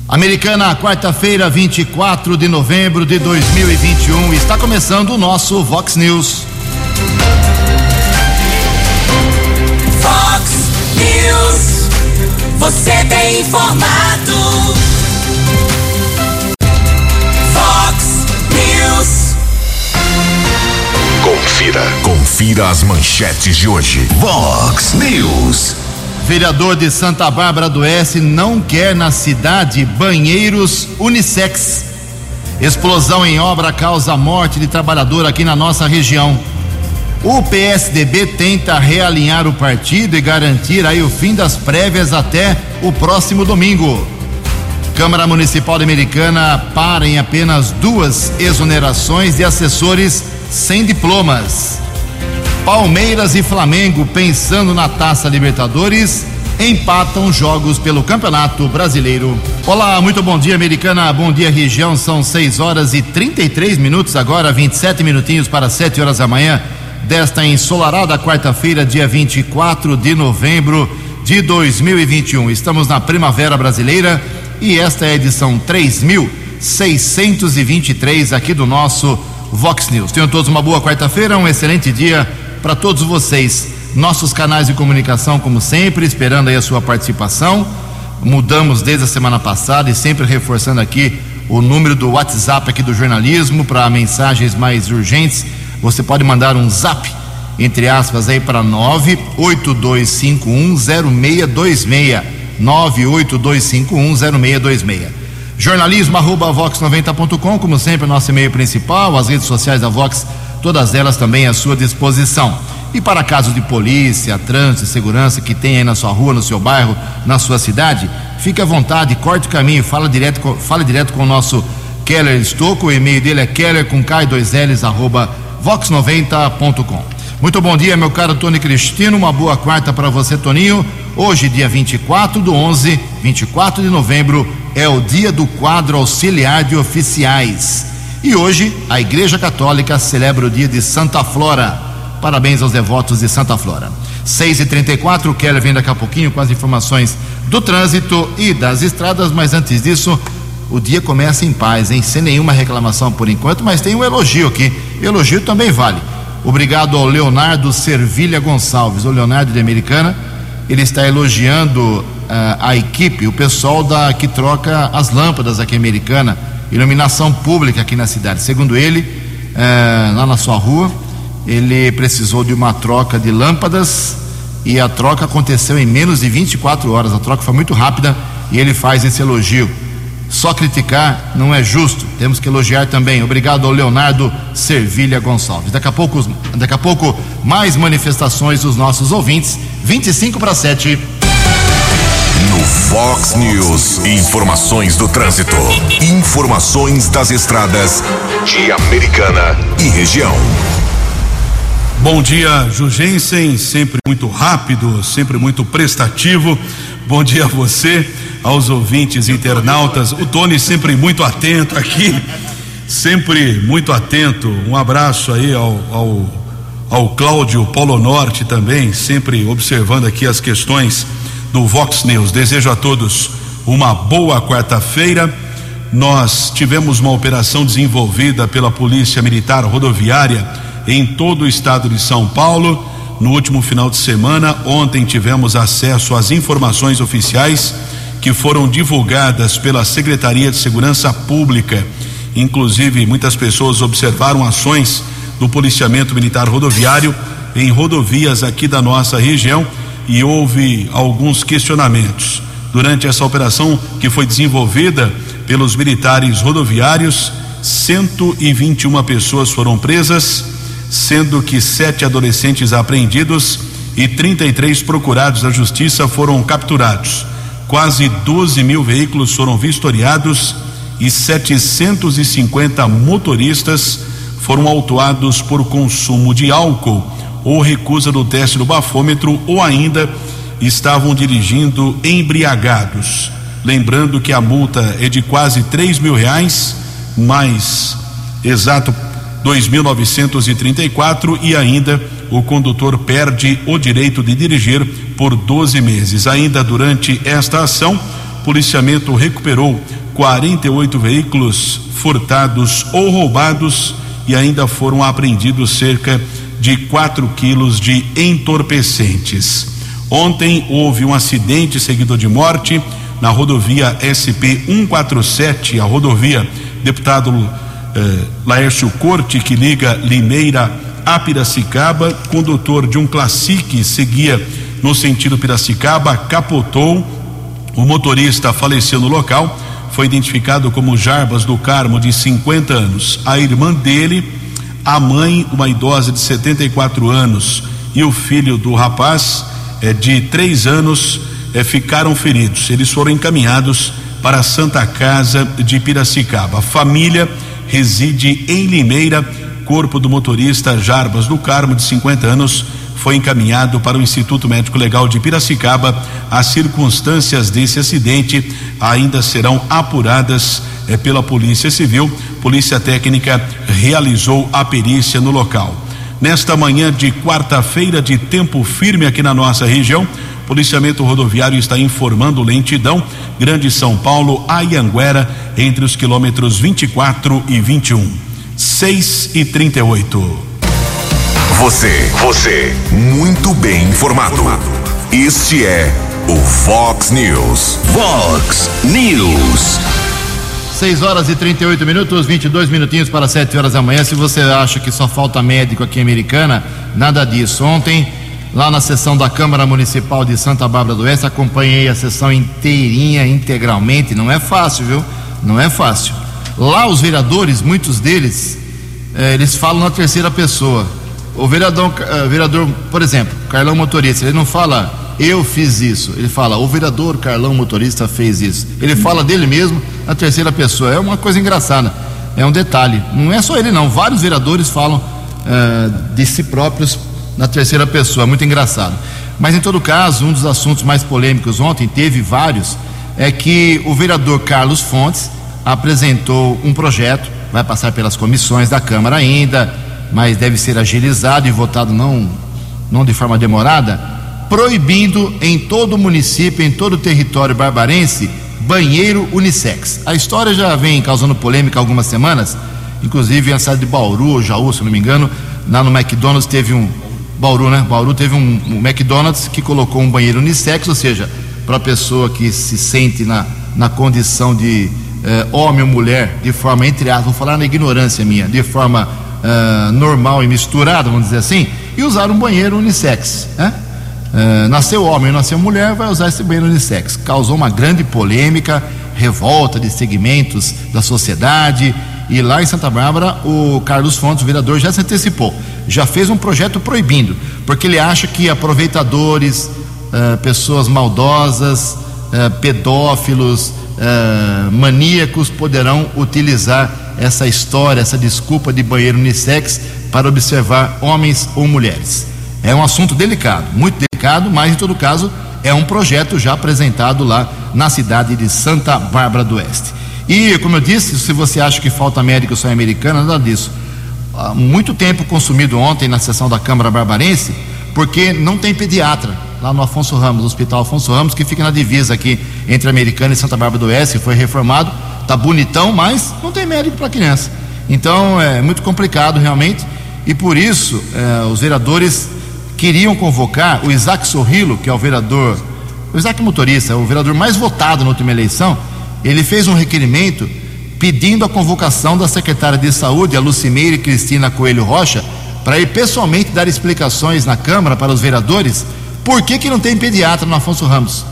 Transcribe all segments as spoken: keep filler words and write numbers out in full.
Americana, quarta-feira, vinte e quatro de novembro de dois mil e vinte e um, está começando o nosso Vox News. Vox News, você bem informado. Vox News. Confira, confira as manchetes de hoje. Vox News. Vereador de Santa Bárbara do Oeste não quer na cidade banheiros unissex. Explosão em obra causa morte de trabalhador aqui na nossa região. O P S D B tenta realinhar o partido e garantir aí o fim das prévias até o próximo domingo. Câmara Municipal de Americana para em apenas duas exonerações de assessores sem diplomas. Palmeiras e Flamengo, pensando na Taça Libertadores, empatam jogos pelo Campeonato Brasileiro. Olá, muito bom dia, Americana, bom dia, região. São seis horas e trinta e três minutos agora, vinte e sete minutinhos para sete horas da manhã desta ensolarada quarta-feira, dia vinte e quatro de novembro de dois mil e vinte e um. Estamos na Primavera Brasileira e esta é a edição três mil seiscentos e vinte e três aqui do nosso Vox News. Tenham todos uma boa quarta-feira, um excelente dia para todos vocês. Nossos canais de comunicação, como sempre, esperando aí a sua participação. Mudamos desde a semana passada e sempre reforçando aqui o número do WhatsApp aqui do jornalismo para mensagens mais urgentes. Você pode mandar um zap, entre aspas, aí para nove oito dois cinco um zero seis dois seis, nove oito dois cinco um zero seis dois seis. Jornalismo arroba vox noventa ponto com, como sempre, nosso e-mail principal, as redes sociais da Vox, todas elas também à sua disposição. E para casos de polícia, trânsito e segurança que tem aí na sua rua, no seu bairro, na sua cidade, fique à vontade, corte o caminho, fala direto com, fale direto com o nosso Keller Estocco. O e-mail dele é keller com K e dois L's arroba vox noventa ponto com. Muito bom dia, meu caro Tony Cristino, uma boa quarta para você, Toninho. Hoje, dia vinte e quatro do onze, vinte e quatro de novembro, é o dia do quadro auxiliar de oficiais. E hoje, a Igreja Católica celebra o dia de Santa Flora. Parabéns aos devotos de Santa Flora. seis e trinta e quatro, o Keller vem daqui a pouquinho com as informações do trânsito e das estradas, mas antes disso, o dia começa em paz, hein? Sem nenhuma reclamação por enquanto, mas tem um elogio aqui. Elogio também vale. Obrigado ao Leonardo Servilha Gonçalves. O Leonardo de Americana, ele está elogiando uh, a equipe, o pessoal da, que troca as lâmpadas aqui em Americana, iluminação pública aqui na cidade. Segundo ele, uh, lá na sua rua, ele precisou de uma troca de lâmpadas e a troca aconteceu em menos de vinte e quatro horas. A troca foi muito rápida e ele faz esse elogio. Só criticar não é justo, temos que elogiar também. Obrigado ao Leonardo Servilha Gonçalves. Daqui a pouco, daqui a pouco mais manifestações dos nossos ouvintes. vinte e cinco para sete. No Fox News, informações do trânsito, informações das estradas de Americana e região. Bom dia, Jugensen, sempre muito rápido, sempre muito prestativo. Bom dia a você, aos ouvintes internautas. O Tony sempre muito atento aqui, sempre muito atento. Um abraço aí ao, ao, ao Cláudio Polo Norte também, sempre observando aqui as questões do Vox News. Desejo a todos uma boa quarta-feira. Nós tivemos uma operação desenvolvida pela Polícia Militar Rodoviária em todo o estado de São Paulo. No último final de semana, ontem tivemos acesso às informações oficiais que foram divulgadas pela Secretaria de Segurança Pública. Inclusive, muitas pessoas observaram ações do policiamento militar rodoviário em rodovias aqui da nossa região e houve alguns questionamentos. Durante essa operação que foi desenvolvida pelos militares rodoviários, cento e vinte e uma pessoas foram presas, sendo que sete adolescentes apreendidos e trinta e três procurados da justiça foram capturados. Quase doze mil veículos foram vistoriados e setecentos e cinquenta motoristas foram autuados por consumo de álcool ou recusa do teste do bafômetro ou ainda estavam dirigindo embriagados. Lembrando que a multa é de quase três mil reais, mais exato dois mil novecentos e trinta e quatro, e ainda o condutor perde o direito de dirigir por doze meses. Ainda durante esta ação, o policiamento recuperou quarenta e oito veículos furtados ou roubados e ainda foram apreendidos cerca de quatro quilos de entorpecentes. Ontem houve um acidente seguido de morte na rodovia S P cento e quarenta e sete, a rodovia deputado eh, Laércio Corte, que liga Limeira a Piracicaba. Condutor de um Classic seguia no sentido Piracicaba, capotou, o motorista faleceu no local, foi identificado como Jarbas do Carmo, de cinquenta anos. A irmã dele, a mãe, uma idosa de setenta e quatro anos, e o filho do rapaz, eh, de três anos, eh, ficaram feridos. Eles foram encaminhados para a Santa Casa de Piracicaba. A família reside em Limeira. Corpo do motorista Jarbas do Carmo, de cinquenta anos, foi encaminhado para o Instituto Médico Legal de Piracicaba. As circunstâncias desse acidente ainda serão apuradas eh, pela Polícia Civil. Polícia Técnica realizou a perícia no local. Nesta manhã de quarta-feira, de tempo firme aqui na nossa região, policiamento rodoviário está informando lentidão, Grande São Paulo, Anhanguera, entre os quilômetros vinte e quatro e vinte e um. seis e trinta e oito. Você, você, muito bem informado. Este é o Fox News. Fox News. seis horas e trinta e oito minutos, vinte e dois minutinhos para sete horas da manhã. Se você acha que só falta médico aqui em Americana, nada disso. Ontem, lá na sessão da Câmara Municipal de Santa Bárbara do Oeste, acompanhei a sessão inteirinha, integralmente. Não é fácil, viu? Não é fácil. Lá os vereadores, muitos deles, eh, eles falam na terceira pessoa. O vereador, uh, vereador, por exemplo, Carlão Motorista, ele não fala eu fiz isso, ele fala o vereador Carlão Motorista fez isso. Ele fala dele mesmo na terceira pessoa. É uma coisa engraçada, é um detalhe. Não é só ele não, vários vereadores falam uh, de si próprios na terceira pessoa, é muito engraçado. Mas em todo caso, um dos assuntos mais polêmicos ontem, teve vários, é que o vereador Carlos Fontes apresentou um projeto, vai passar pelas comissões da Câmara ainda, mas deve ser agilizado e votado não, não de forma demorada, proibindo em todo o município, em todo o território barbarense, banheiro unissex. A história já vem causando polêmica há algumas semanas, inclusive na cidade de Bauru, ou Jaú, se não me engano, lá no McDonald's teve um, Bauru, né? Bauru teve um, um McDonald's que colocou um banheiro unissex, ou seja, para a pessoa que se sente na, na condição de eh, homem ou mulher, de forma, entre aspas, vou falar na ignorância minha, de forma Uh, normal e misturado, vamos dizer assim, e usar um banheiro unissex, né? Uh, nasceu homem, nasceu mulher, vai usar esse banheiro unissex. Causou uma grande polêmica, revolta de segmentos da sociedade, e lá em Santa Bárbara o Carlos Fontes, o vereador, já se antecipou, já fez um projeto proibindo, porque ele acha que aproveitadores, uh, pessoas maldosas, uh, pedófilos, uh, maníacos poderão utilizar essa história, essa desculpa de banheiro unissex para observar homens ou mulheres. É um assunto delicado, muito delicado, mas em todo caso é um projeto já apresentado lá na cidade de Santa Bárbara do Oeste. E como eu disse, se você acha que falta médico só em Americana, nada disso. Há muito tempo consumido ontem na sessão da Câmara Barbarense, porque não tem pediatra lá no Afonso Ramos, no Hospital Afonso Ramos, que fica na divisa aqui entre Americana e Santa Bárbara do Oeste, foi reformado. Tá bonitão, mas não tem médico para criança. Então é muito complicado realmente, e por isso eh, os vereadores queriam convocar o Isaac Sorrilo, que é o vereador, o Isaac Motorista, é o vereador mais votado na última eleição. Ele fez um requerimento pedindo a convocação da secretária de Saúde, a Lucimeire Cristina Coelho Rocha, para ir pessoalmente dar explicações na Câmara para os vereadores por que que não tem pediatra no Afonso Ramos.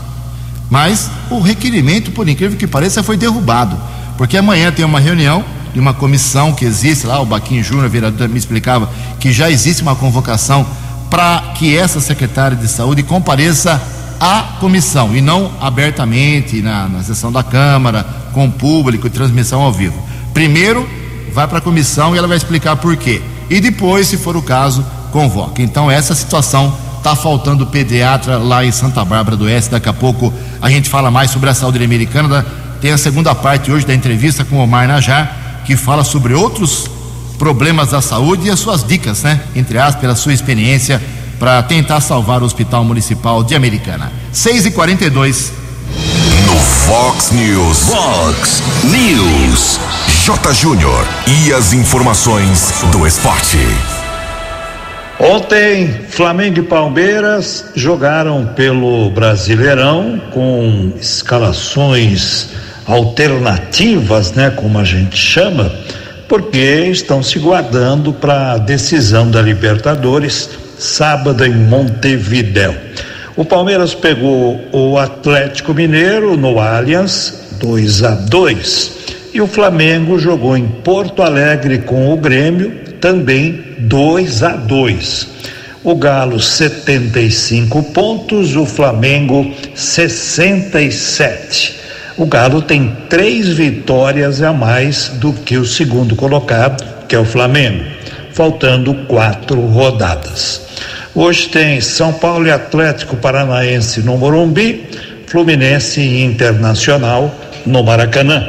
Mas o requerimento, por incrível que pareça, foi derrubado, porque amanhã tem uma reunião de uma comissão que existe lá, o Baquinho Júnior, vereador, me explicava que já existe uma convocação para que essa secretária de saúde compareça à comissão, e não abertamente na, na sessão da Câmara, com público e transmissão ao vivo. Primeiro vai para a comissão e ela vai explicar por quê, e depois, se for o caso, convoca. Então essa situação. Está faltando pediatra lá em Santa Bárbara do Oeste. Daqui a pouco a gente fala mais sobre a saúde americana. Tem a segunda parte hoje da entrevista com o Omar Najar, que fala sobre outros problemas da saúde e as suas dicas, né? Entre aspas, pela sua experiência para tentar salvar o Hospital Municipal de Americana. seis e quarenta e dois. No Fox News. Fox News. J. Júnior e as informações do esporte. Ontem, Flamengo e Palmeiras jogaram pelo Brasileirão com escalações alternativas, né, como a gente chama, porque estão se guardando para a decisão da Libertadores sábado em Montevidéu. O Palmeiras pegou o Atlético Mineiro no Allianz dois a dois e o Flamengo jogou em Porto Alegre com o Grêmio também dois a dois. O Galo setenta e cinco pontos, o Flamengo sessenta e sete. O Galo tem três vitórias a mais do que o segundo colocado, que é o Flamengo, faltando quatro rodadas. Hoje tem São Paulo e Atlético Paranaense no Morumbi, Fluminense e Internacional no Maracanã.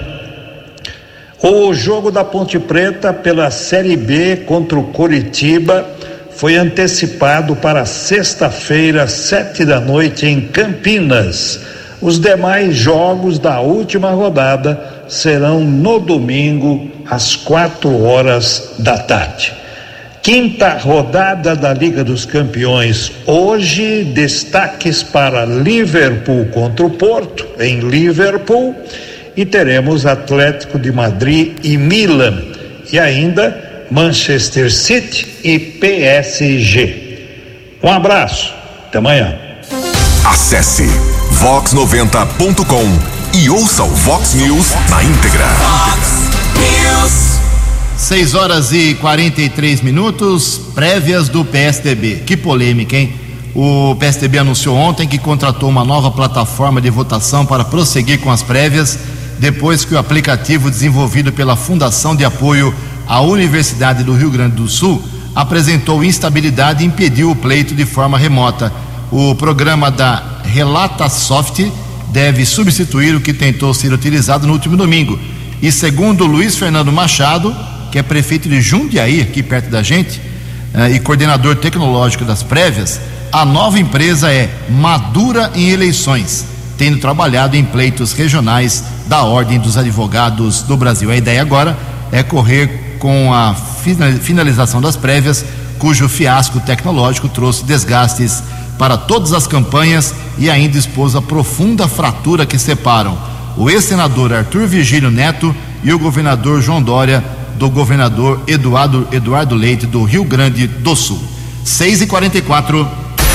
O jogo da Ponte Preta pela Série B contra o Coritiba foi antecipado para sexta-feira, sete da noite, em Campinas. Os demais jogos da última rodada serão no domingo, às quatro horas da tarde. Quinta rodada da Liga dos Campeões. Hoje, destaques para Liverpool contra o Porto, em Liverpool, e teremos Atlético de Madrid e Milan, e ainda Manchester City e P S G. Um abraço, até amanhã. Acesse vox noventa ponto com e ouça o Vox News na íntegra. Vox News. seis horas e quarenta e três minutos, prévias do P S D B. Que polêmica, hein? O P S D B anunciou ontem que contratou uma nova plataforma de votação para prosseguir com as prévias, depois que o aplicativo desenvolvido pela Fundação de Apoio à Universidade do Rio Grande do Sul apresentou instabilidade e impediu o pleito de forma remota. O programa da Relatasoft deve substituir o que tentou ser utilizado no último domingo. E segundo Luiz Fernando Machado, que é prefeito de Jundiaí, aqui perto da gente, eh, e coordenador tecnológico das prévias, a nova empresa é madura em eleições, tendo trabalhado em pleitos regionais da Ordem dos Advogados do Brasil. A ideia agora é correr com a finalização das prévias, cujo fiasco tecnológico trouxe desgastes para todas as campanhas e ainda expôs a profunda fratura que separam o ex-senador Arthur Virgílio Neto e o governador João Dória do governador Eduardo, Eduardo Leite do Rio Grande do Sul. seis e quarenta e quatro.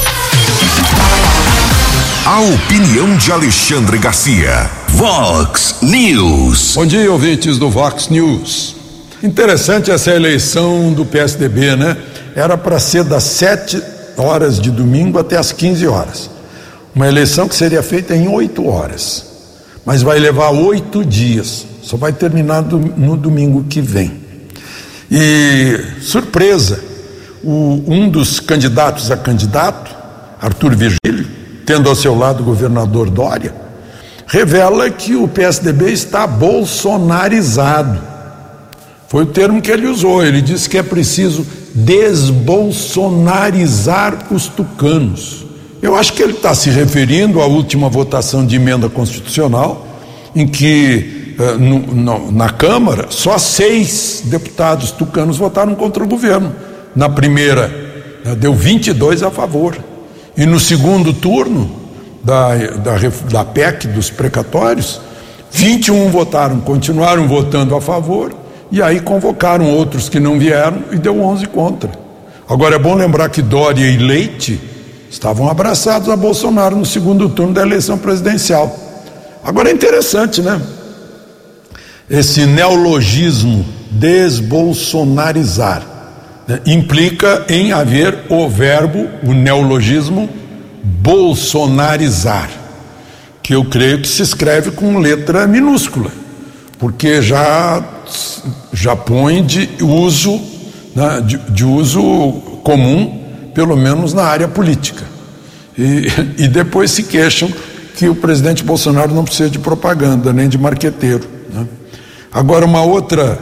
A opinião de Alexandre Garcia. Vox News. Bom dia, ouvintes do Vox News. Interessante essa eleição do P S D B, né? Era para ser das sete horas de domingo até as quinze horas. Uma eleição que seria feita em oito horas. Mas vai levar oito dias. Só vai terminar do, no domingo que vem. E, surpresa, o, um dos candidatos a candidato, Arthur Virgílio, tendo ao seu lado o governador Dória, revela que o P S D B está bolsonarizado. Foi o termo que ele usou. Ele disse que é preciso desbolsonarizar os tucanos. Eu acho que ele está se referindo à última votação de emenda constitucional, em que uh, no, no, na Câmara só seis deputados tucanos votaram contra o governo. Na primeira uh, deu vinte e dois a favor, e no segundo turno da, da, da P E C dos precatórios, vinte e um votaram, continuaram votando a favor, e aí convocaram outros que não vieram e deu onze contra. Agora é bom lembrar que Dória e Leite estavam abraçados a Bolsonaro no segundo turno da eleição presidencial. Agora é interessante, né? Esse neologismo desbolsonarizar, né, implica em haver o verbo, o neologismo bolsonarizar, que eu creio que se escreve com letra minúscula, porque já, já põe de uso, né, de, de uso comum, pelo menos na área política. E, e depois se queixam que o presidente Bolsonaro não precisa de propaganda, nem de marqueteiro, né? Agora, uma outra,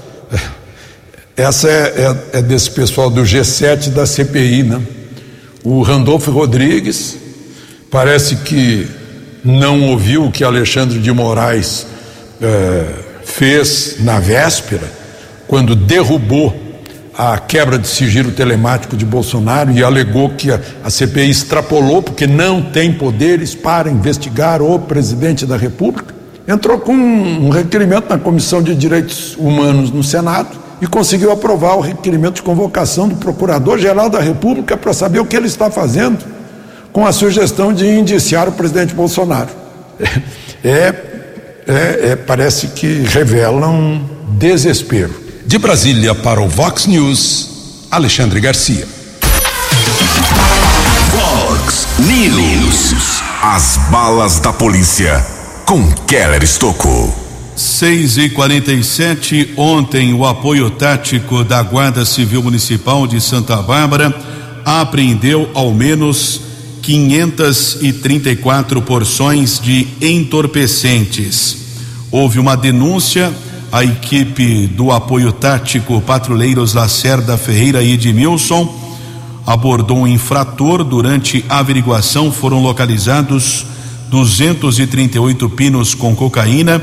essa é, é, é desse pessoal do G sete da C P I, né? O Randolfo Rodrigues parece que não ouviu o que Alexandre de Moraes é, fez na véspera, quando derrubou a quebra de sigilo telemático de Bolsonaro e alegou que a, a C P I extrapolou porque não tem poderes para investigar o presidente da República, entrou com um, um requerimento na Comissão de Direitos Humanos no Senado e conseguiu aprovar o requerimento de convocação do Procurador-Geral da República para saber o que ele está fazendo com a sugestão de indiciar o presidente Bolsonaro. É, é, é, parece que revela um desespero. De Brasília para o Vox News, Alexandre Garcia. Vox News. As balas da polícia com Keller Estocco. seis e quarenta e sete, ontem o apoio tático da Guarda Civil Municipal de Santa Bárbara apreendeu ao menos quinhentas e trinta e quatro porções de entorpecentes. Houve uma denúncia. A equipe do apoio tático Patrulheiros Lacerda Ferreira e Edmilson abordou um infrator. Durante a averiguação foram localizados duzentos e trinta e oito pinos com cocaína,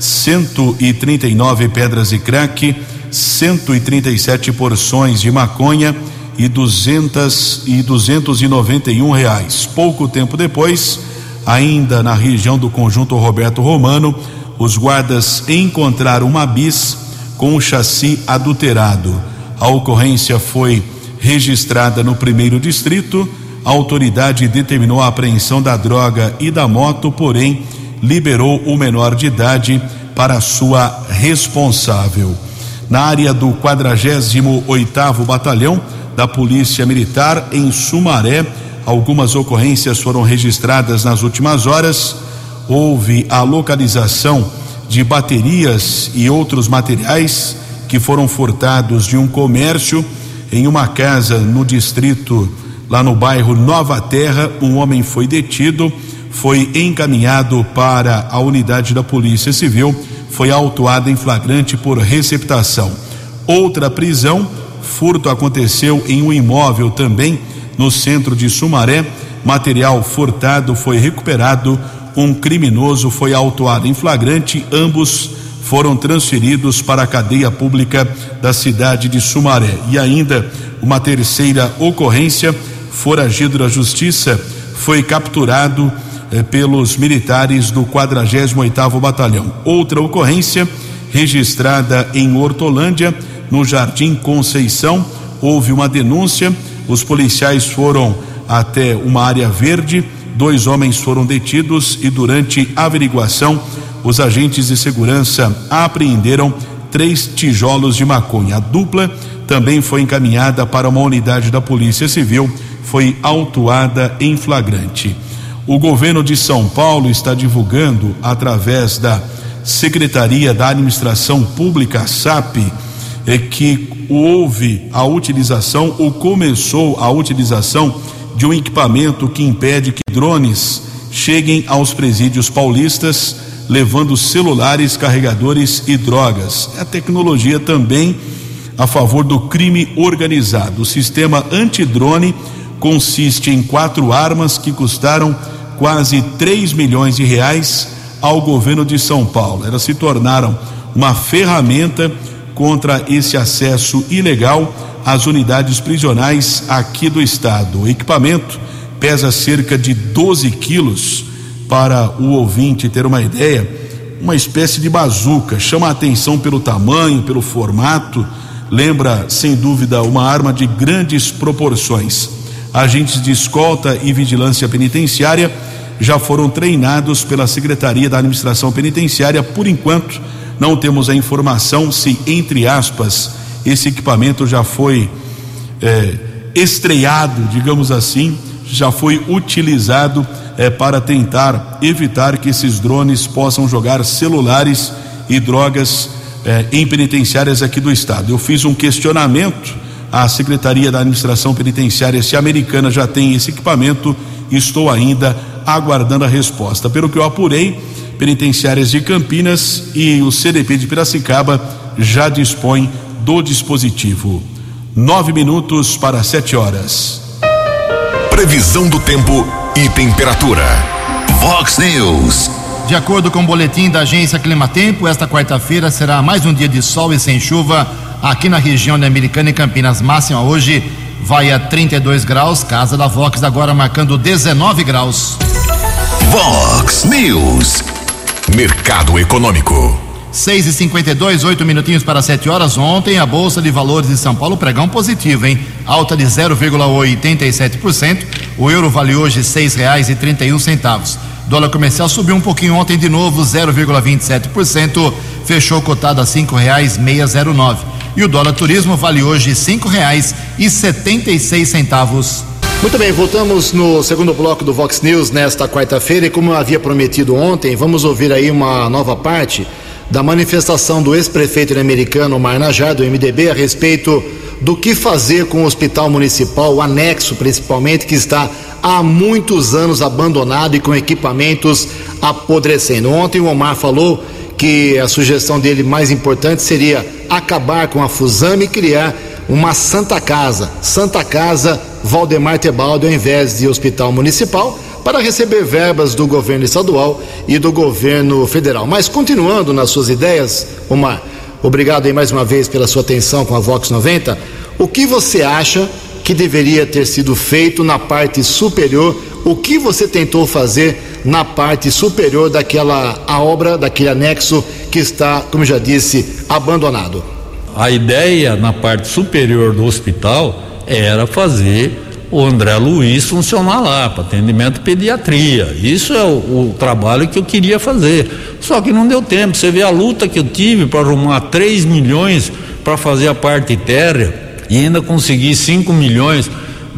cento e trinta e nove pedras de crack, cento e trinta e sete porções de maconha e duzentos e duzentos e noventa e um reais. Pouco tempo depois, ainda na região do Conjunto Roberto Romano, os guardas encontraram uma bis com um chassi adulterado. A ocorrência foi registrada no primeiro distrito. A autoridade determinou a apreensão da droga e da moto, porém liberou o menor de idade para sua responsável. Na área do quadragésimo oitavo Batalhão da Polícia Militar, em Sumaré, algumas ocorrências foram registradas nas últimas horas. Houve a localização de baterias e outros materiais que foram furtados de um comércio em uma casa no distrito, lá no bairro Nova Terra. Um homem foi detido, foi encaminhado para a unidade da Polícia Civil, foi autuado em flagrante por receptação. Outra prisão, furto aconteceu em um imóvel também no centro de Sumaré. Material furtado foi recuperado. Um criminoso foi autuado em flagrante. Ambos foram transferidos para a cadeia pública da cidade de Sumaré. E ainda uma terceira ocorrência, foragido da justiça foi capturado eh, pelos militares do quadragésimo oitavo Batalhão. Outra ocorrência registrada em Hortolândia, no Jardim Conceição, houve uma denúncia. Os policiais foram até uma área verde. Dois homens foram detidos e durante a averiguação os agentes de segurança apreenderam três tijolos de maconha. A dupla também foi encaminhada para uma unidade da Polícia Civil, foi autuada em flagrante. O governo de São Paulo está divulgando através da Secretaria da Administração Pública, S A P, é que houve a utilização ou começou a utilização de um equipamento que impede que drones cheguem aos presídios paulistas, levando celulares, carregadores e drogas. A tecnologia também a favor do crime organizado. O sistema antidrone consiste em quatro armas que custaram quase três milhões de reais ao governo de São Paulo. Elas se tornaram uma ferramenta contra esse acesso ilegal às unidades prisionais aqui do estado. O equipamento pesa cerca de doze quilos. Para o ouvinte ter uma ideia, uma espécie de bazuca. Chama a atenção pelo tamanho, pelo formato, lembra sem dúvida uma arma de grandes proporções. Agentes de escolta e vigilância penitenciária já foram treinados pela Secretaria da Administração Penitenciária. Por enquanto não temos a informação se, entre aspas, esse equipamento já foi é, estreado, digamos assim, já foi utilizado é, para tentar evitar que esses drones possam jogar celulares e drogas é, em penitenciárias aqui do estado. Eu fiz um questionamento à Secretaria da Administração Penitenciária se a Americana já tem esse equipamento. Estou ainda aguardando a resposta. Pelo que eu apurei, penitenciárias de Campinas e o C D P de Piracicaba já dispõem do dispositivo. Nove minutos para sete horas. Previsão do tempo e temperatura. Vox News. De acordo com o boletim da agência Climatempo, esta quarta-feira será mais um dia de sol e sem chuva aqui na região de Americana e Campinas. Máxima hoje vai a trinta e dois graus, casa da Vox agora marcando dezenove graus. Vox News, mercado econômico. seis e cinquenta e dois, oito minutinhos para sete horas. Ontem a Bolsa de Valores de São Paulo pregão positivo, hein? Alta de zero vírgula oitenta e sete por cento. O euro vale hoje seis reais e trinta e um centavos. Dólar comercial subiu um pouquinho ontem de novo, zero vírgula vinte e sete por cento. Fechou cotado a cinco reais seiscentos e nove. E o dólar turismo vale hoje cinco reais e setenta e seis centavos. Muito bem, voltamos no segundo bloco do Vox News nesta quarta-feira e como eu havia prometido ontem, vamos ouvir aí uma nova parte da manifestação do ex-prefeito americano Omar Najjar, do M D B, a respeito do que fazer com o hospital municipal, o anexo principalmente, que está há muitos anos abandonado e com equipamentos apodrecendo. Ontem o Omar falou que a sugestão dele mais importante seria acabar com a Fusame e criar uma Santa Casa, Santa Casa Valdemar Tebaldi, ao invés de hospital municipal, para receber verbas do governo estadual e do governo federal. Mas continuando nas suas ideias, Omar, obrigado aí mais uma vez pela sua atenção com a Vox noventa. O que você acha que deveria ter sido feito na parte superior? O que você tentou fazer na parte superior daquela a obra, daquele anexo que está, como já disse, abandonado? A ideia na parte superior do hospital era fazer o André Luiz funcionar lá, para atendimento pediatria. Isso é o, o trabalho que eu queria fazer. Só que não deu tempo. Você vê a luta que eu tive para arrumar três milhões para fazer a parte térrea e ainda conseguir cinco milhões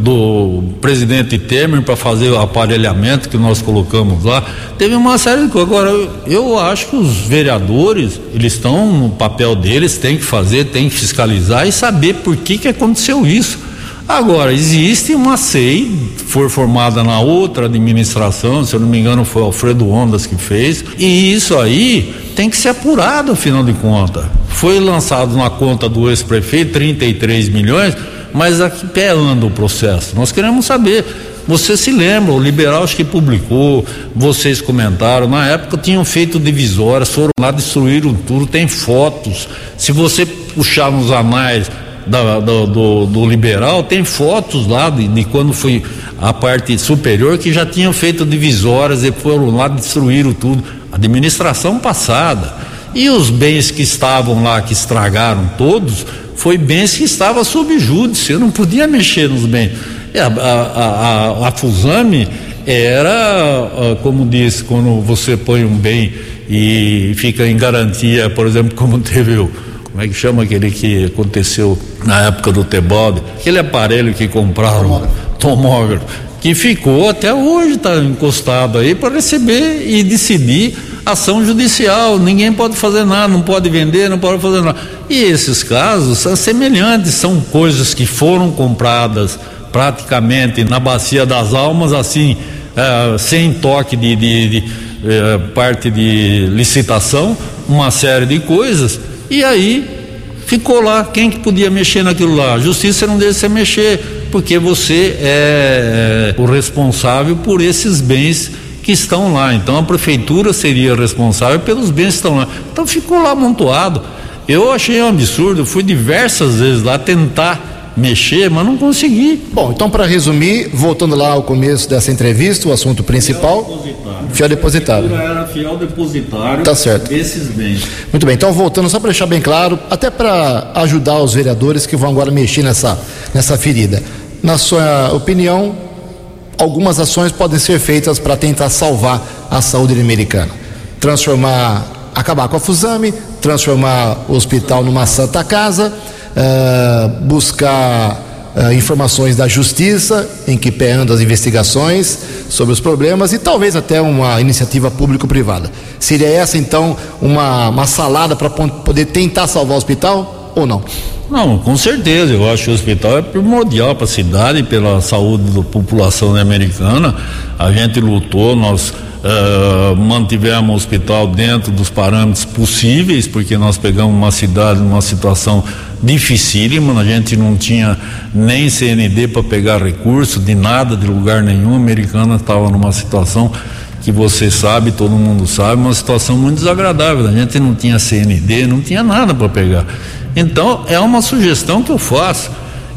do presidente Temer para fazer o aparelhamento que nós colocamos lá. Teve uma série de coisas. Agora, eu, eu acho que os vereadores, eles estão no papel deles, tem que fazer, tem que fiscalizar e saber por que que aconteceu isso. Agora, existe uma C E I, foi formada na outra administração, se eu não me engano foi Alfredo Ondas que fez, e isso aí tem que ser apurado, afinal de contas. Foi lançado na conta do ex-prefeito trinta e três milhões, mas a que pé anda o processo? Nós queremos saber. Você se lembra, o Liberal acho que publicou, vocês comentaram, na época tinham feito divisórias, foram lá, destruíram tudo, tem fotos. Se você puxar nos anais Da, do, do, do Liberal, tem fotos lá de, de quando foi a parte superior que já tinham feito divisórias e foram lá, destruíram tudo. Administração passada. E os bens que estavam lá, que estragaram todos, foi bens que estavam sob júdice. Eu não podia mexer nos bens. A, a, a, a Fusame era, como disse, quando você põe um bem e fica em garantia, por exemplo, como teve o como é que chama aquele que aconteceu na época do Tebaldi, aquele aparelho que compraram, tomógrafo, tomógrafo que ficou até hoje, está encostado aí para receber e decidir ação judicial. Ninguém pode fazer nada, não pode vender, não pode fazer nada. E esses casos são semelhantes, são coisas que foram compradas praticamente na bacia das almas, assim, é, sem toque de, de, de é, parte de licitação, uma série de coisas. E aí ficou lá, quem que podia mexer naquilo lá? A justiça não deixa você mexer, porque você é o responsável por esses bens que estão lá. Então a prefeitura seria responsável pelos bens que estão lá. Então ficou lá amontoado. Eu achei um absurdo, eu fui diversas vezes lá tentar mexer, mas não consegui. Bom, então para resumir, voltando lá ao começo dessa entrevista, o assunto principal, fiel depositário. Era fiel depositário. Tá certo. Desses bens. Muito bem, então voltando só para deixar bem claro, até para ajudar os vereadores que vão agora mexer nessa, nessa ferida. Na sua opinião, algumas ações podem ser feitas para tentar salvar a saúde americana. Transformar, acabar com a Fusame, transformar o hospital numa Santa Casa, Uh, buscar uh, informações da justiça, em que pé andam as investigações sobre os problemas e talvez até uma iniciativa público-privada. Seria essa então uma, uma salada para poder tentar salvar o hospital ou não? Não, com certeza. Eu acho que o hospital é primordial para a cidade, pela saúde da população americana. A gente lutou, nós Uh, mantivemos o hospital dentro dos parâmetros possíveis, porque nós pegamos uma cidade numa situação dificílima, a gente não tinha nem C N D para pegar recurso de nada, de lugar nenhum. A Americana estava numa situação que você sabe, todo mundo sabe, uma situação muito desagradável. A gente não tinha C N D, não tinha nada para pegar. Então, é uma sugestão que eu faço.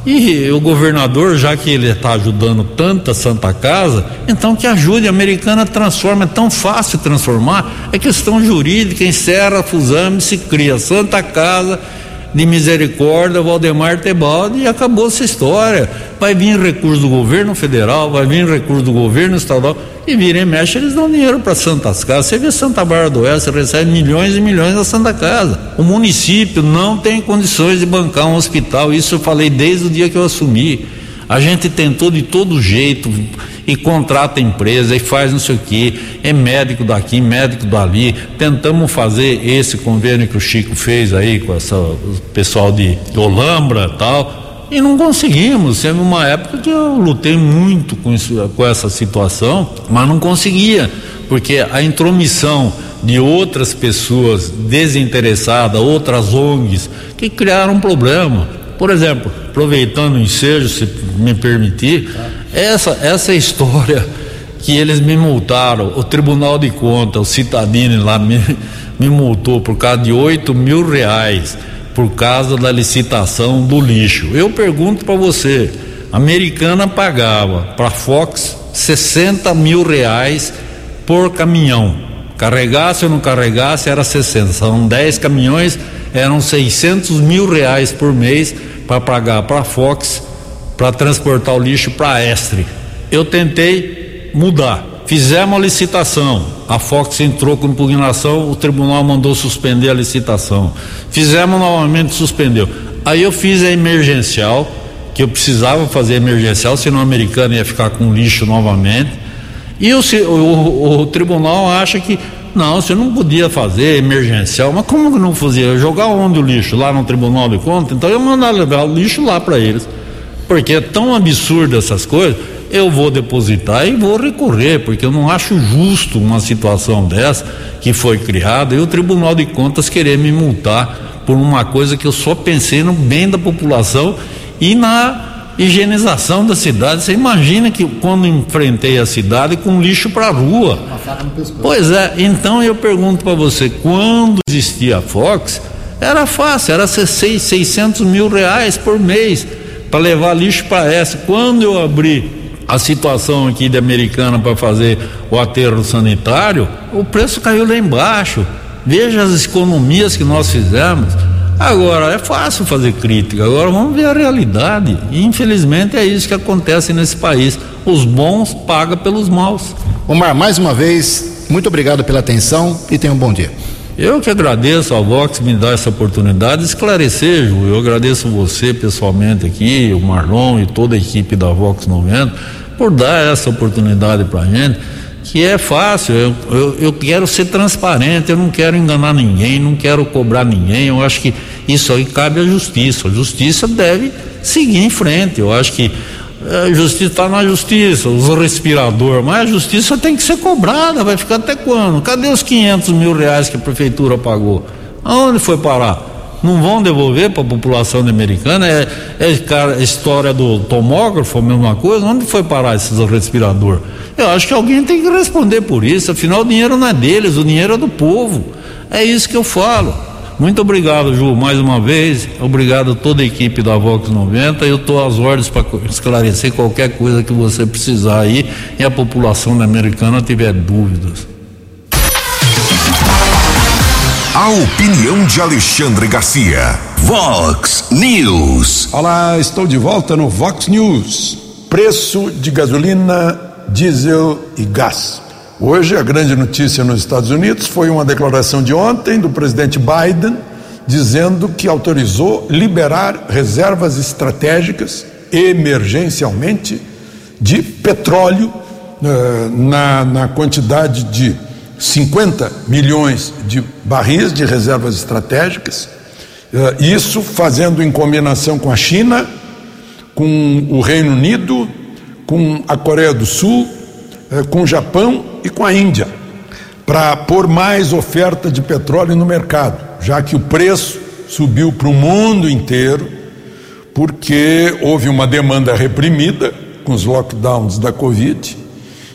E o governador, já que ele está ajudando tanta Santa Casa, então que ajude. A Americana transforma, é tão fácil transformar, é questão jurídica, encerra, fusame, se cria Santa Casa de Misericórdia, Valdemar Tebaldi, e acabou essa história. Vai vir recurso do governo federal, vai vir recurso do governo estadual, e vira e mexe, eles dão dinheiro para Santas Casas. Você vê Santa Bárbara do Oeste, recebe milhões e milhões da Santa Casa. O município não tem condições de bancar um hospital, isso eu falei desde o dia que eu assumi. A gente tentou de todo jeito, e contrata empresa, e faz não sei o que, é médico daqui, médico dali. Tentamos fazer esse convênio que o Chico fez aí com essa, o pessoal de Olambra e tal, e não conseguimos. Teve uma época que eu lutei muito com, isso, com essa situação, mas não conseguia, porque a intromissão de outras pessoas desinteressadas, outras O N Gs, que criaram um problema. Por exemplo, aproveitando o ensejo, se me permitir, essa, essa história que eles me multaram, o Tribunal de Contas, o Citadini lá me, me multou por causa de oito mil reais, por causa da licitação do lixo. Eu pergunto para você, a Americana pagava para a Fox sessenta mil reais por caminhão. Carregasse ou não carregasse, era sessenta. São dez caminhões, eram seiscentos mil reais por mês para pagar para a Fox, para transportar o lixo para a Estre. Eu tentei mudar, fizemos a licitação, a Fox entrou com impugnação, o tribunal mandou suspender a licitação, fizemos novamente, suspendeu. Aí eu fiz a emergencial, que eu precisava fazer emergencial, senão a Americana ia ficar com lixo novamente, e o, o, o tribunal acha que não, você não podia fazer emergencial. Mas como que não fazia? Jogar onde o lixo? Lá no Tribunal de Contas? Então eu mandar levar o lixo lá para eles, porque é tão absurdo essas coisas. Eu vou depositar e vou recorrer, porque eu não acho justo uma situação dessa que foi criada e o Tribunal de Contas querer me multar por uma coisa que eu só pensei no bem da população e na higienização da cidade. Você imagina que quando enfrentei a cidade com lixo para a rua. Pois é, então eu pergunto para você, quando existia a Fox, era fácil, era seiscentos mil reais por mês para levar lixo para essa. Quando eu abri a situação aqui de Americana para fazer o aterro sanitário, o preço caiu lá embaixo. Veja as economias que nós fizemos. Agora é fácil fazer crítica, agora vamos ver a realidade, e infelizmente é isso que acontece nesse país. Os bons pagam pelos maus. Omar, mais uma vez, muito obrigado pela atenção e tenha um bom dia. Eu que agradeço ao Vox me dar essa oportunidade de esclarecer, Ju. Eu agradeço você pessoalmente aqui, o Marlon e toda a equipe da Vox noventa, por dar essa oportunidade pra gente, que é fácil. Eu, eu, eu quero ser transparente, eu não quero enganar ninguém, não quero cobrar ninguém. Eu acho que isso aí cabe à justiça. A justiça deve seguir em frente. Eu acho que a justiça está na justiça, os respiradores, mas a justiça tem que ser cobrada. Vai ficar até quando? Cadê os quinhentos mil reais que a prefeitura pagou? Aonde foi parar? Não vão devolver para a população americana? É, é cara, a história do tomógrafo, a mesma coisa. Onde foi parar esses respiradores? Eu acho que alguém tem que responder por isso. Afinal, o dinheiro não é deles, o dinheiro é do povo. É isso que eu falo. Muito obrigado, Ju, mais uma vez. Obrigado a toda a equipe da Vox noventa. Eu estou às ordens para esclarecer qualquer coisa que você precisar aí e a população americana tiver dúvidas. A opinião de Alexandre Garcia. Vox News. Olá, estou de volta no Vox News. Preço de gasolina, diesel e gás. Hoje a grande notícia nos Estados Unidos foi uma declaração de ontem do presidente Biden dizendo que autorizou liberar reservas estratégicas emergencialmente de petróleo uh, na, na quantidade de cinquenta milhões de barris de reservas estratégicas, uh, isso fazendo em combinação com a China, com o Reino Unido, com a Coreia do Sul, uh, com o Japão e com a Índia, para pôr mais oferta de petróleo no mercado, já que o preço subiu para o mundo inteiro, porque houve uma demanda reprimida com os lockdowns da Covid,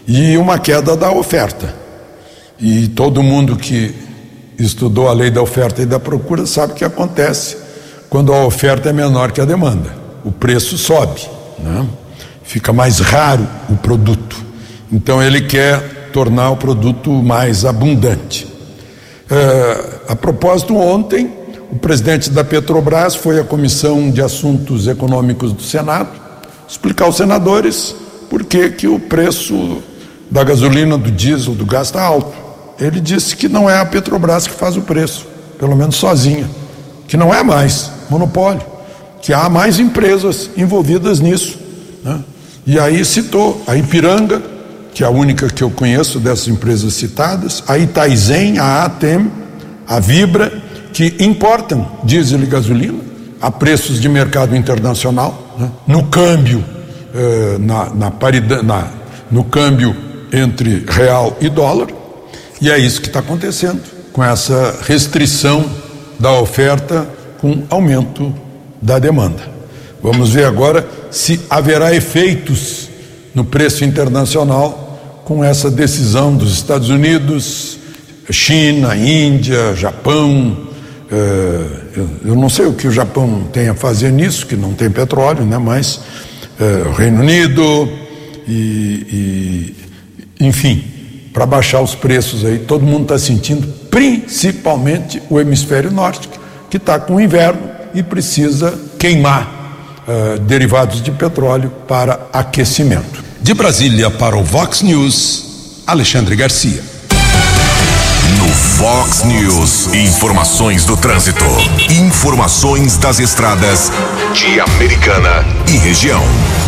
e uma queda da oferta. E todo mundo que estudou a lei da oferta e da procura sabe o que acontece quando a oferta é menor que a demanda. O preço sobe, né? Fica mais raro o produto. Então ele quer tornar o produto mais abundante. É, a propósito, ontem o presidente da Petrobras foi à Comissão de Assuntos Econômicos do Senado explicar aos senadores por que que o preço da gasolina, do diesel, do gás está alto. Ele disse que não é a Petrobras que faz o preço, pelo menos sozinha, que não é mais monopólio, que há mais empresas envolvidas nisso, né? E aí citou a Ipiranga, que é a única que eu conheço dessas empresas citadas, a Itaizen, a Atem, a Vibra, que importam diesel e gasolina a preços de mercado internacional, né? No câmbio, eh, na, na paridade, na, no câmbio entre real e dólar, e é isso que está acontecendo com essa restrição da oferta com aumento da demanda. Vamos ver agora se haverá efeitos no preço internacional com essa decisão dos Estados Unidos, China, Índia, Japão. Eu não sei o que o Japão tem a fazer nisso, que não tem petróleo, né? Mas o Reino Unido e, e enfim, para baixar os preços aí, todo mundo está sentindo, principalmente o hemisfério norte, que está com inverno e precisa queimar uh, derivados de petróleo para aquecimento. De Brasília para o Vox News, Alexandre Garcia. No Vox News, informações do trânsito, informações das estradas de Americana e região.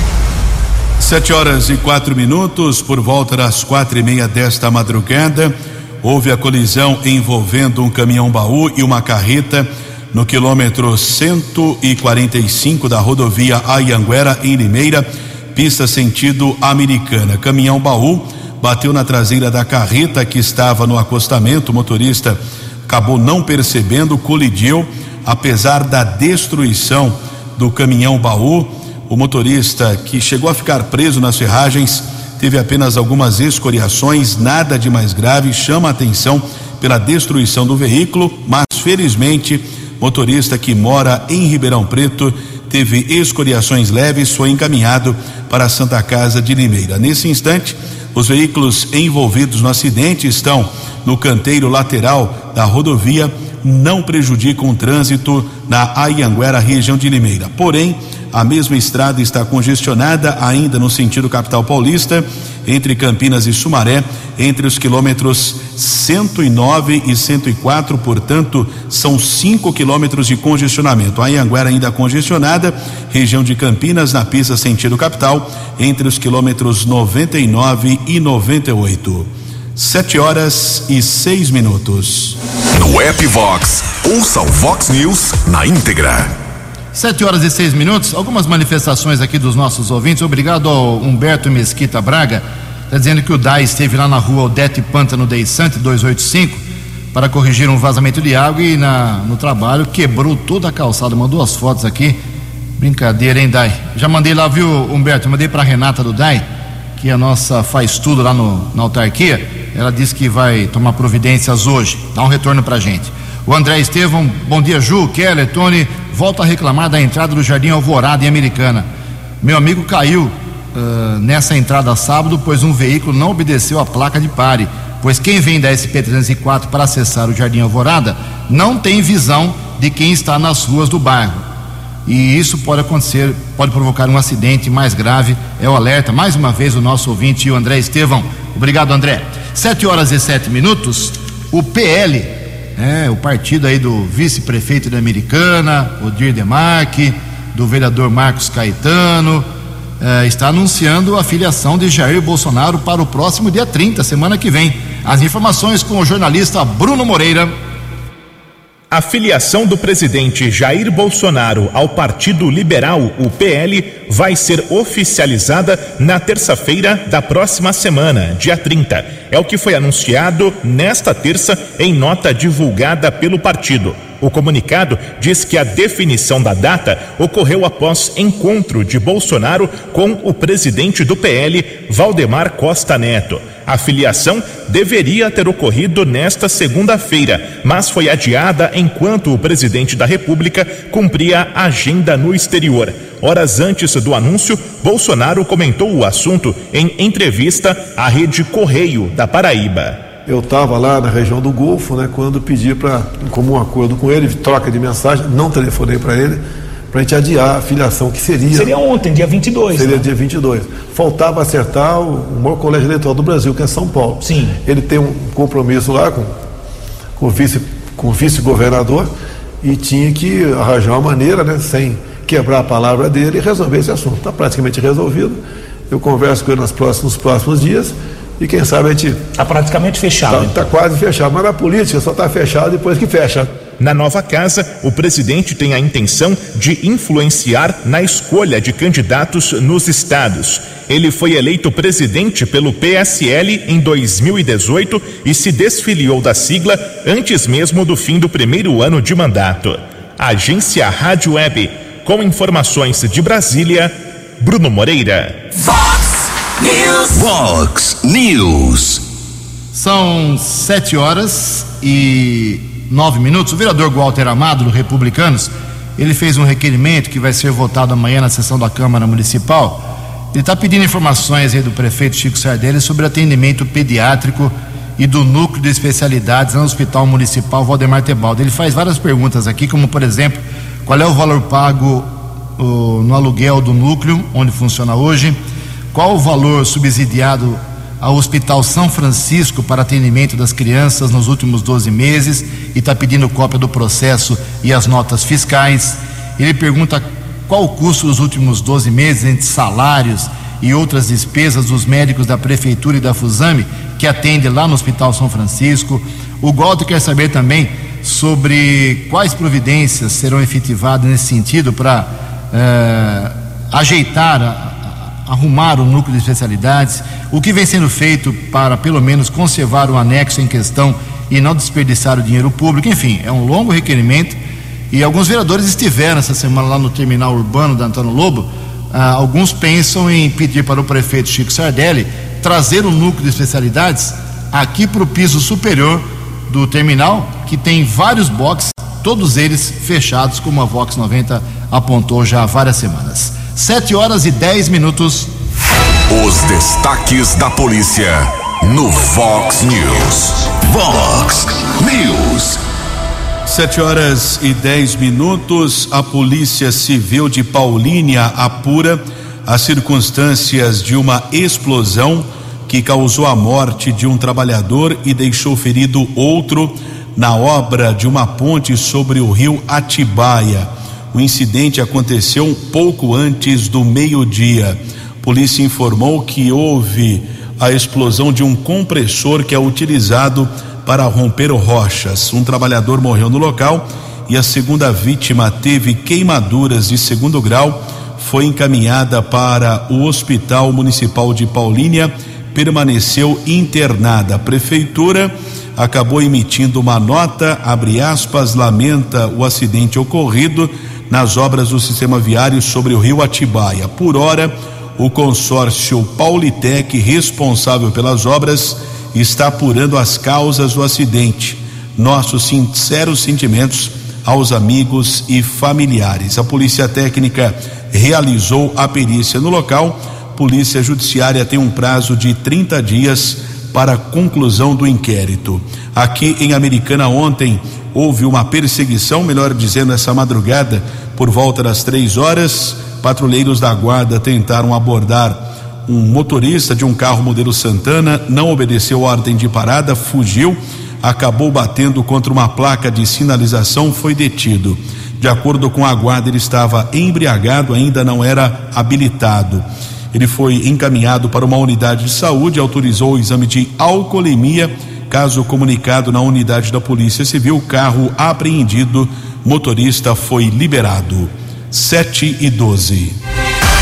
Sete horas e quatro minutos, por volta das quatro e meia desta madrugada, houve a colisão envolvendo um caminhão-baú e uma carreta no quilômetro cento e quarenta e cinco da rodovia Anhanguera, em Limeira, pista sentido Americana. Caminhão-baú bateu na traseira da carreta que estava no acostamento. O motorista acabou não percebendo, colidiu. Apesar da destruição do caminhão-baú, o motorista, que chegou a ficar preso nas ferragens, teve apenas algumas escoriações, nada de mais grave. Chama a atenção pela destruição do veículo, mas felizmente motorista que mora em Ribeirão Preto teve escoriações leves, foi encaminhado para a Santa Casa de Limeira. Nesse instante, os veículos envolvidos no acidente estão no canteiro lateral da rodovia, não prejudicam o trânsito na Anhanguera, região de Limeira. Porém, a mesma estrada está congestionada ainda no sentido capital paulista, entre Campinas e Sumaré, entre os quilômetros cento e nove e cento e quatro, portanto, são cinco quilômetros de congestionamento. A Anhanguera ainda congestionada, região de Campinas, na pista sentido capital, entre os quilômetros noventa e nove e noventa e oito. Sete horas e seis minutos. No app Vox, ouça o Vox News na íntegra. Sete horas e seis minutos, algumas manifestações aqui dos nossos ouvintes. Obrigado ao Humberto Mesquita Braga, está dizendo que o D A I esteve lá na rua Odete Pântano Deissante duzentos e oitenta e cinco para corrigir um vazamento de água e na, no trabalho quebrou toda a calçada. Mandou as fotos aqui. Brincadeira, hein, D A I? Já mandei lá, viu, Humberto? Mandei para a Renata do D A I, que é a nossa faz tudo lá no, na autarquia. Ela disse que vai tomar providências hoje. Dá um retorno pra gente. O André Estevão, bom dia, Ju, Keller, Tony. Volto a reclamar da entrada do Jardim Alvorada em Americana. Meu amigo caiu uh, nessa entrada sábado, pois um veículo não obedeceu a placa de pare. Pois quem vem da S P trezentos e quatro para acessar o Jardim Alvorada não tem visão de quem está nas ruas do bairro. E isso pode acontecer, pode provocar um acidente mais grave. É o alerta, mais uma vez, o nosso ouvinte, o André Estevão. Obrigado, André. Sete horas e sete minutos. O P L, é, o partido aí do vice-prefeito da Americana, Odir Demarque, do vereador Marcos Caetano, é, está anunciando a filiação de Jair Bolsonaro para o próximo dia trinta, semana que vem. As informações com o jornalista Bruno Moreira. A filiação do presidente Jair Bolsonaro ao Partido Liberal, o P L, vai ser oficializada na terça-feira da próxima semana, dia trinta. É o que foi anunciado nesta terça em nota divulgada pelo partido. O comunicado diz que a definição da data ocorreu após encontro de Bolsonaro com o presidente do P L, Valdemar Costa Neto. A filiação deveria ter ocorrido nesta segunda-feira, mas foi adiada enquanto o presidente da República cumpria a agenda no exterior. Horas antes do anúncio, Bolsonaro comentou o assunto em entrevista à Rede Correio da Paraíba. Eu estava lá na região do Golfo, né, quando pedi para, em comum acordo com ele, troca de mensagem, não telefonei para ele, para a gente adiar a filiação que seria... Seria ontem, dia vinte e dois. Seria né? dia vinte e dois. Faltava acertar o, o maior colégio eleitoral do Brasil, que é São Paulo. Sim. Ele tem um compromisso lá com, com o vice, com o vice-governador e tinha que arranjar uma maneira, né, sem quebrar a palavra dele e resolver esse assunto. Está praticamente resolvido. Eu converso com ele nos próximos, nos próximos dias. E quem sabe a gente... Está praticamente fechado. Está então. quase fechado, mas na política só está fechado depois que fecha. Na nova casa, o presidente tem a intenção de influenciar na escolha de candidatos nos estados. Ele foi eleito presidente pelo P S L em dois mil e dezoito e se desfiliou da sigla antes mesmo do fim do primeiro ano de mandato. Agência Rádio Web, com informações de Brasília, Bruno Moreira. News. Vox News. São sete horas e nove minutos. O vereador Walter Amado, do Republicanos, ele fez um requerimento que vai ser votado amanhã na sessão da Câmara Municipal. Ele está pedindo informações aí do prefeito Chico Sardelli sobre atendimento pediátrico e do núcleo de especialidades no Hospital Municipal Valdemar Tebaldo. Ele faz várias perguntas aqui, como por exemplo, qual é o valor pago uh, no aluguel do núcleo, onde funciona hoje? Qual o valor subsidiado ao Hospital São Francisco para atendimento das crianças nos últimos doze meses? E está pedindo cópia do processo e as notas fiscais. Ele pergunta qual o custo dos últimos doze meses entre salários e outras despesas dos médicos da Prefeitura e da Fusame que atende lá no Hospital São Francisco. O Walter quer saber também sobre quais providências serão efetivadas nesse sentido para eh, ajeitar a arrumar o núcleo de especialidades, o que vem sendo feito para pelo menos conservar o anexo em questão e não desperdiçar o dinheiro público. Enfim, é um longo requerimento e alguns vereadores estiveram essa semana lá no terminal urbano da Antônio Lobo. Ah, alguns pensam em pedir para o prefeito Chico Sardelli trazer o núcleo de especialidades aqui para o piso superior do terminal, que tem vários boxes, todos eles fechados, como a Vox noventa apontou já há várias semanas. Sete horas e dez minutos. Os destaques da polícia no Vox News. Vox News. Sete horas e dez minutos. A Polícia Civil de Paulínia apura as circunstâncias de uma explosão que causou a morte de um trabalhador e deixou ferido outro na obra de uma ponte sobre o rio Atibaia. O incidente aconteceu um pouco antes do meio-dia. A polícia informou que houve a explosão de um compressor que é utilizado para romper rochas. Um trabalhador morreu no local e a segunda vítima teve queimaduras de segundo grau. Foi encaminhada para o Hospital Municipal de Paulínia, permaneceu internada. A prefeitura acabou emitindo uma nota, abre aspas, lamenta o acidente ocorrido nas obras do sistema viário sobre o rio Atibaia. Por hora, o consórcio Paulitec, responsável pelas obras, está apurando as causas do acidente. Nossos sinceros sentimentos aos amigos e familiares. A Polícia Técnica realizou a perícia no local. Polícia Judiciária tem um prazo de trinta dias para a conclusão do inquérito. Aqui em Americana ontem houve uma perseguição, melhor dizendo, essa madrugada, por volta das três horas, patrulheiros da guarda tentaram abordar um motorista de um carro modelo Santana, não obedeceu ordem de parada, fugiu, acabou batendo contra uma placa de sinalização, foi detido. De acordo com a guarda, ele estava embriagado, ainda não era habilitado. Ele foi encaminhado para uma unidade de saúde, autorizou o exame de alcoolemia. Caso comunicado na unidade da Polícia Civil, carro apreendido, motorista foi liberado. Sete e doze.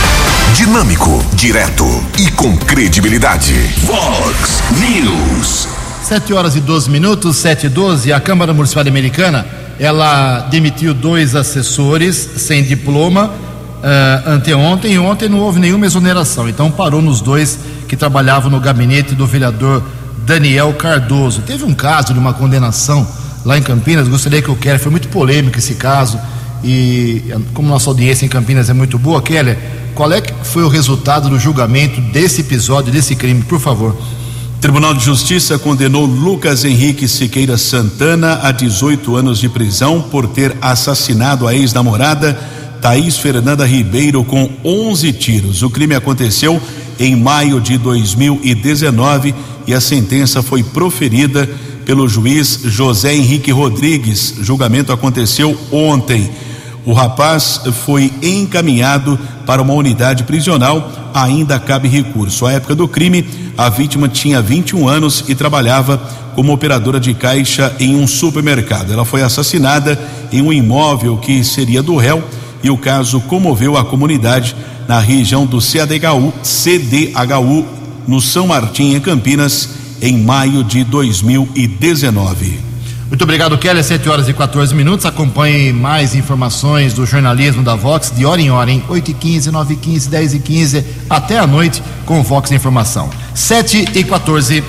Dinâmico, direto e com credibilidade. Vox News. sete horas e doze minutos, sete e doze. A Câmara Municipal Americana, ela demitiu dois assessores sem diploma uh, anteontem, e ontem não houve nenhuma exoneração. Então parou nos dois que trabalhavam no gabinete do vereador Daniel Cardoso. Teve um caso de uma condenação lá em Campinas, gostaria que eu quero, foi muito polêmico esse caso, e como nossa audiência em Campinas é muito boa, Keller, qual é que foi o resultado do julgamento desse episódio, desse crime, por favor? Tribunal de Justiça condenou Lucas Henrique Siqueira Santana a dezoito anos de prisão por ter assassinado a ex-namorada Thaís Fernanda Ribeiro com onze tiros. O crime aconteceu em maio de dois mil e dezenove e a sentença foi proferida pelo juiz José Henrique Rodrigues. O julgamento aconteceu ontem. O rapaz foi encaminhado para uma unidade prisional, ainda cabe recurso. À época do crime, a vítima tinha vinte e um anos e trabalhava como operadora de caixa em um supermercado. Ela foi assassinada em um imóvel que seria do réu e o caso comoveu a comunidade na região do C D H U, C D H U, no São Martim, em Campinas, em maio de dois mil e dezenove. Muito obrigado, Kelly. sete horas e quatorze minutos. Acompanhe mais informações do jornalismo da Vox de hora em hora, em oito e quinze, nove e quinze, dez e quinze, até a noite com Vox Informação. sete e quatorze.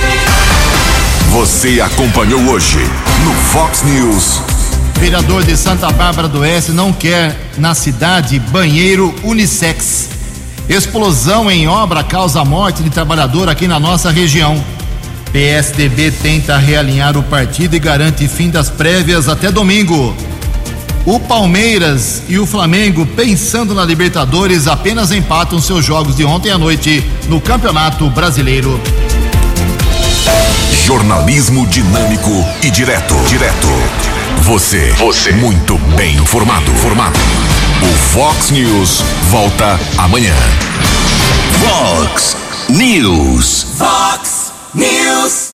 Você acompanhou hoje no Vox News. Vereador de Santa Bárbara do Oeste não quer na cidade banheiro unissex. Explosão em obra causa morte de trabalhador aqui na nossa região. P S D B tenta realinhar o partido e garante fim das prévias até domingo. O Palmeiras e o Flamengo, pensando na Libertadores, apenas empatam seus jogos de ontem à noite no Campeonato Brasileiro. Jornalismo dinâmico e direto. Direto. Você. Você. Muito bem informado. Formado. O Vox News volta amanhã. Vox News. Vox News.